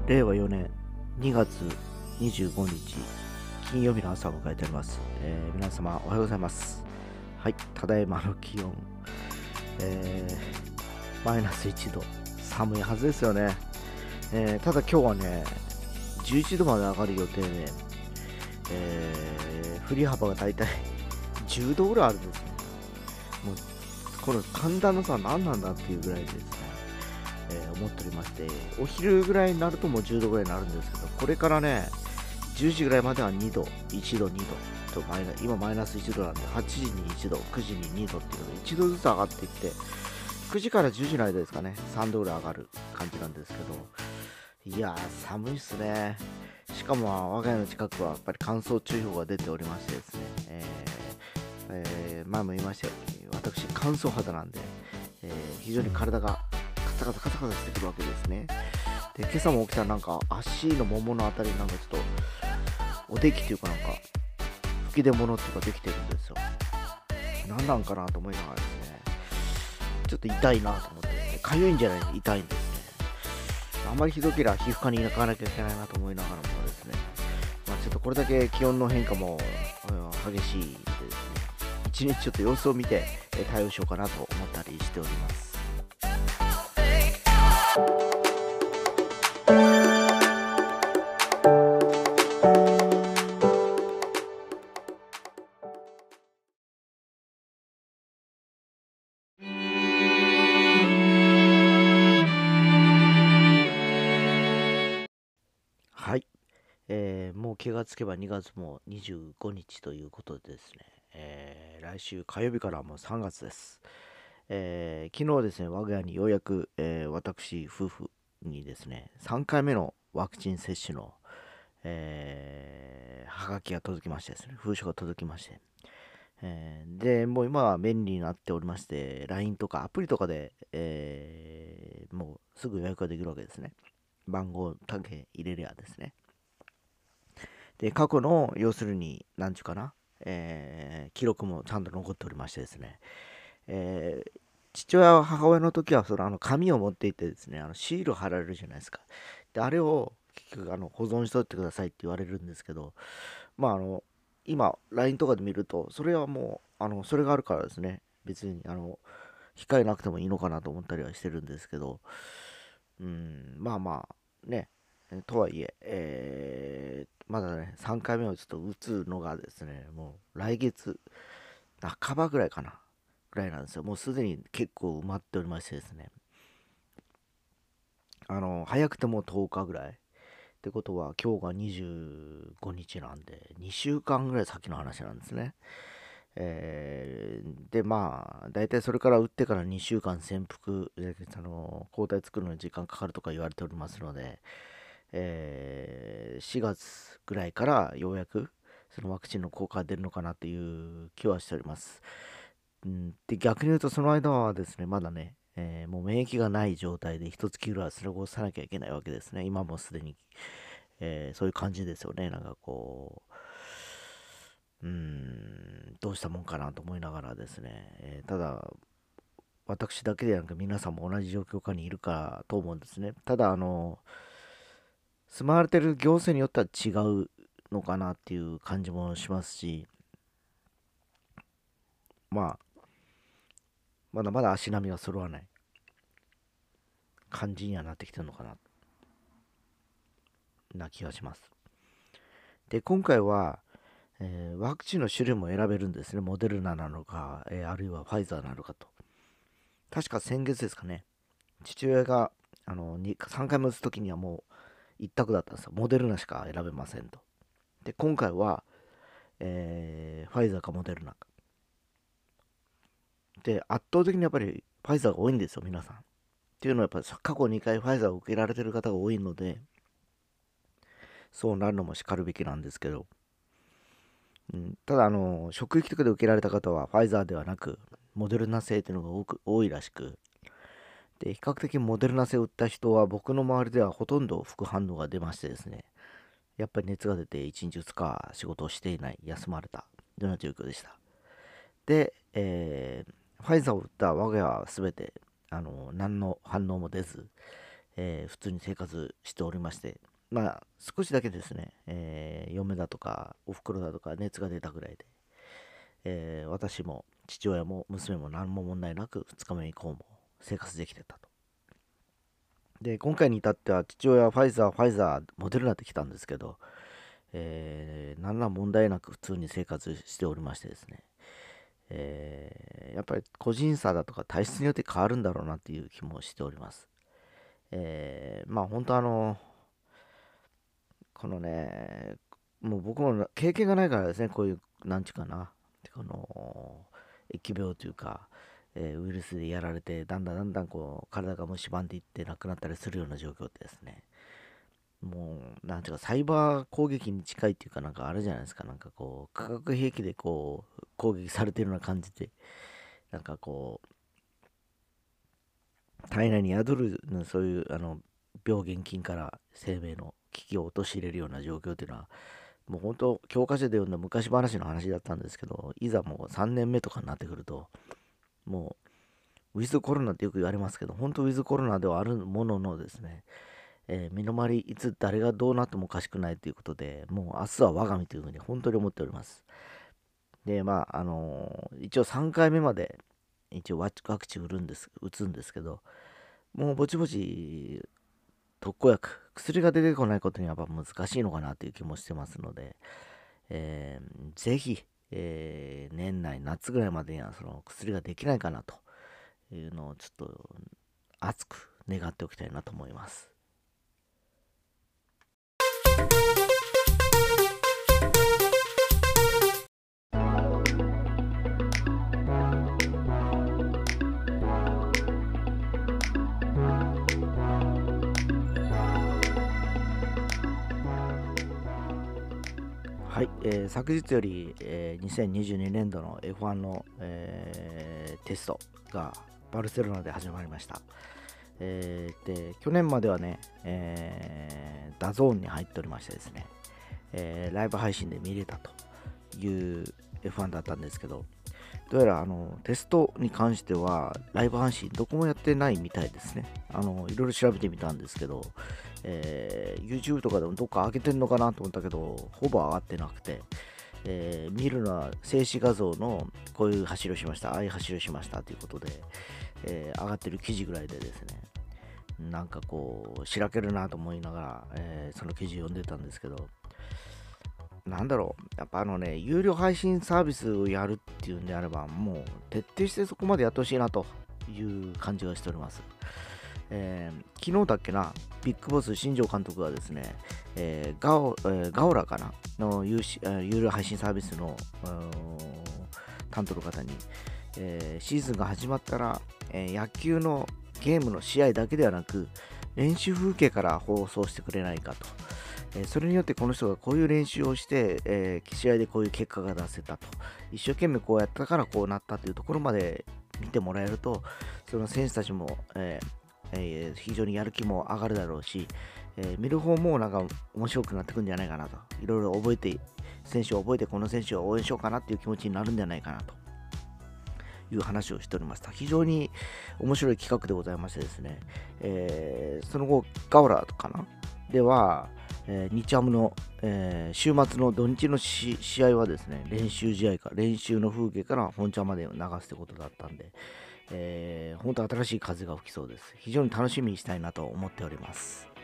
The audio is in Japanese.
令和4年2月25日金曜日の朝を迎えております。皆様おはようございます。はい、ただいまの気温、マイナス1度、寒いはずですよね。ただ今日はね、11度まで上がる予定で、振り幅がだいたい10度ぐらいあるんですね。もうこの寒暖の差は何なんだっていうぐらいですね、思っておりまして、お昼ぐらいになるともう10度ぐらいになるんですけど、これからね、10時ぐらいまでは2度、1度、2度と今マイナス1度なんで、8時に1度、9時に2度っていうので、1度ずつ上がっていって、9時から10時の間ですかね、3度ぐらい上がる感じなんですけど、いやー、寒いっすね。しかも我が家の近くはやっぱり乾燥注意報が出ておりましてですね、前も言いましたように、私乾燥肌なんで、非常に体がカサカサしてくるわけですね。で、今朝も起きたらなんか足のもものあたりになんかちょっとおできっていうかなんか吹き出物っていうかできてるんですよ。何なんかなと思いながらですね、ちょっと痛いなと思ってですね、かゆいんじゃない痛いんですね。あまりひどければ皮膚科に行かなきゃいけないなと思いながらもですね、ちょっとこれだけ気温の変化も激しいでですね、一日ちょっと様子を見て対応しようかなと思ったりしております。はい、もう気がつけば2月も25日ということでですね、来週火曜日からはもう3月です。昨日ですね、我が家にようやく、私夫婦にですね、3回目のワクチン接種の、はがきが届きましてですね、封書が届きまして、で、もう今は便利になっておりまして、LINE とかアプリとかで、もうすぐ予約ができるわけですね。番号だけ入れりゃですね。で、過去の、要するに、なんちゅうかな、記録もちゃんと残っておりましてですね、父親、母親の時は、紙を持っていってですね、シール貼られるじゃないですか。で、あれを、結局、保存しといてくださいって言われるんですけど、今、LINE とかで見ると、それはもう、それがあるからですね、別に、控えなくてもいいのかなと思ったりはしてるんですけど、ね、とはいえ、まだね、3回目をちょっと打つのがですね、もう来月半ばぐらいかな、ぐらいなんですよ。もうすでに結構埋まっておりましてですね、早くても10日ぐらい。ってことは、今日が25日なんで、2週間ぐらい先の話なんですね。で、大体それから打ってから2週間潜伏、抗体作るのに時間かかるとか言われておりますので、4月ぐらいからようやくそのワクチンの効果が出るのかなっていう気はしております。で、逆に言うとその間はですね、まだね、もう免疫がない状態で一月ぐらい過ごさなきゃいけないわけですね。今もすでに、そういう感じですよね。なんかこう、どうしたもんかなと思いながらですね、ただ、私だけでなく皆さんも同じ状況下にいるかと思うんですね。ただ、住まわれてる行政によっては違うのかなっていう感じもしますし、まあ、まだまだ足並みは揃わない感じにはなってきてるのかな気がします。で、今回は、ワクチンの種類も選べるんですね。モデルナなのか、あるいはファイザーなのかと。確か先月ですかね。父親が3回目打つ時にはもう一択だったんですよ。モデルナしか選べませんと。で、今回は、ファイザーかモデルナか。で、圧倒的にやっぱりファイザーが多いんですよ、皆さん。っていうのはやっぱり過去2回ファイザーを受けられてる方が多いので、そうなるのもしかるべきなんですけど、ただ職域とかで受けられた方はファイザーではなく、モデルナ製っていうのが多いらしく、で、比較的モデルナ製を打った人は僕の周りではほとんど副反応が出ましてですね、やっぱり熱が出て1日2日仕事をしていない、休まれたような状況でした。で、ファイザーを打った我が家は全て何の反応も出ず、 普通に生活しておりまして、まあ少しだけですね、嫁だとかおふくろだとか熱が出たぐらいで、私も父親も娘も何も問題なく2日目以降も生活できてたと。で、今回に至っては父親はファイザー、モデルナってきたんですけど、何ら問題なく普通に生活しておりましてですね、やっぱり個人差だとか体質によって変わるんだろうなっていう気もしております。まあ本当このね、もう僕も経験がないからですね、こういう、なんちゅうかな、この、疫病というか、ウイルスでやられて、だんだんこう、体が蝕んでいって亡くなったりするような状況ってですね、もう、なんていうか、サイバー攻撃に近いっていうか、なんかあれじゃないですか、なんかこう、化学兵器でこう、攻撃されてるような感じで、なんかこう、体内に宿る、そういう、病原菌から生命の危機を陥れるような状況っていうのは、もう本当、教科書で読んだ昔話の話だったんですけど、いざもう3年目とかになってくると、もう、ウィズコロナってよく言われますけど、本当ウィズコロナではあるもののですね、身の回り、いつ誰がどうなってもおかしくないということで、もう明日は我が身というふうに本当に思っております。で、まあ、一応3回目まで、一応ワクチン打つんですけど、もうぼちぼち特効薬、薬が出てこないことにはやっぱ難しいのかなという気もしてますので、ぜひ、年内、夏ぐらいまでにはその薬ができないかなというのをちょっと熱く願っておきたいなと思います。はい、昨日より、2022年度の F1 の、テストがバルセロナで始まりました。で、去年まではね、ダゾーンに入っておりましてですね、ライブ配信で見れたという F1 だったんですけど、どうやらテストに関してはライブ配信どこもやってないみたいですね。いろいろ調べてみたんですけど、YouTube とかでもどっか上げてんのかなと思ったけど、ほぼ上がってなくて、見るのは静止画像のこういう走りをしました、ああいう走りをしましたということで、上がってる記事ぐらいでですね、なんかこう、しらけるなと思いながら、その記事読んでたんですけど、なんだろう、やっぱ有料配信サービスをやるっていうんであれば、もう徹底してそこまでやってほしいなという感じがしております。昨日だっけな、ビッグボス新庄監督がですね、ガオラかなの有料配信サービスの担当の方に、シーズンが始まったら、野球のゲームの試合だけではなく、練習風景から放送してくれないかと。それによってこの人がこういう練習をして、試合でこういう結果が出せたと。一生懸命こうやったからこうなったというところまで見てもらえると、その選手たちも、非常にやる気も上がるだろうし、見る方もなんか面白くなってくるんじゃないかなと。いろいろ選手を覚えてこの選手を応援しようかなっていう気持ちになるんじゃないかなという話をしておりました。非常に面白い企画でございましてですね、その後、ガオラかなでは、日ハムの、週末の土日の試合はですね、練習の風景から本茶まで流すということだったんで、本当新しい風が吹きそうです。非常に楽しみにしたいなと思っております。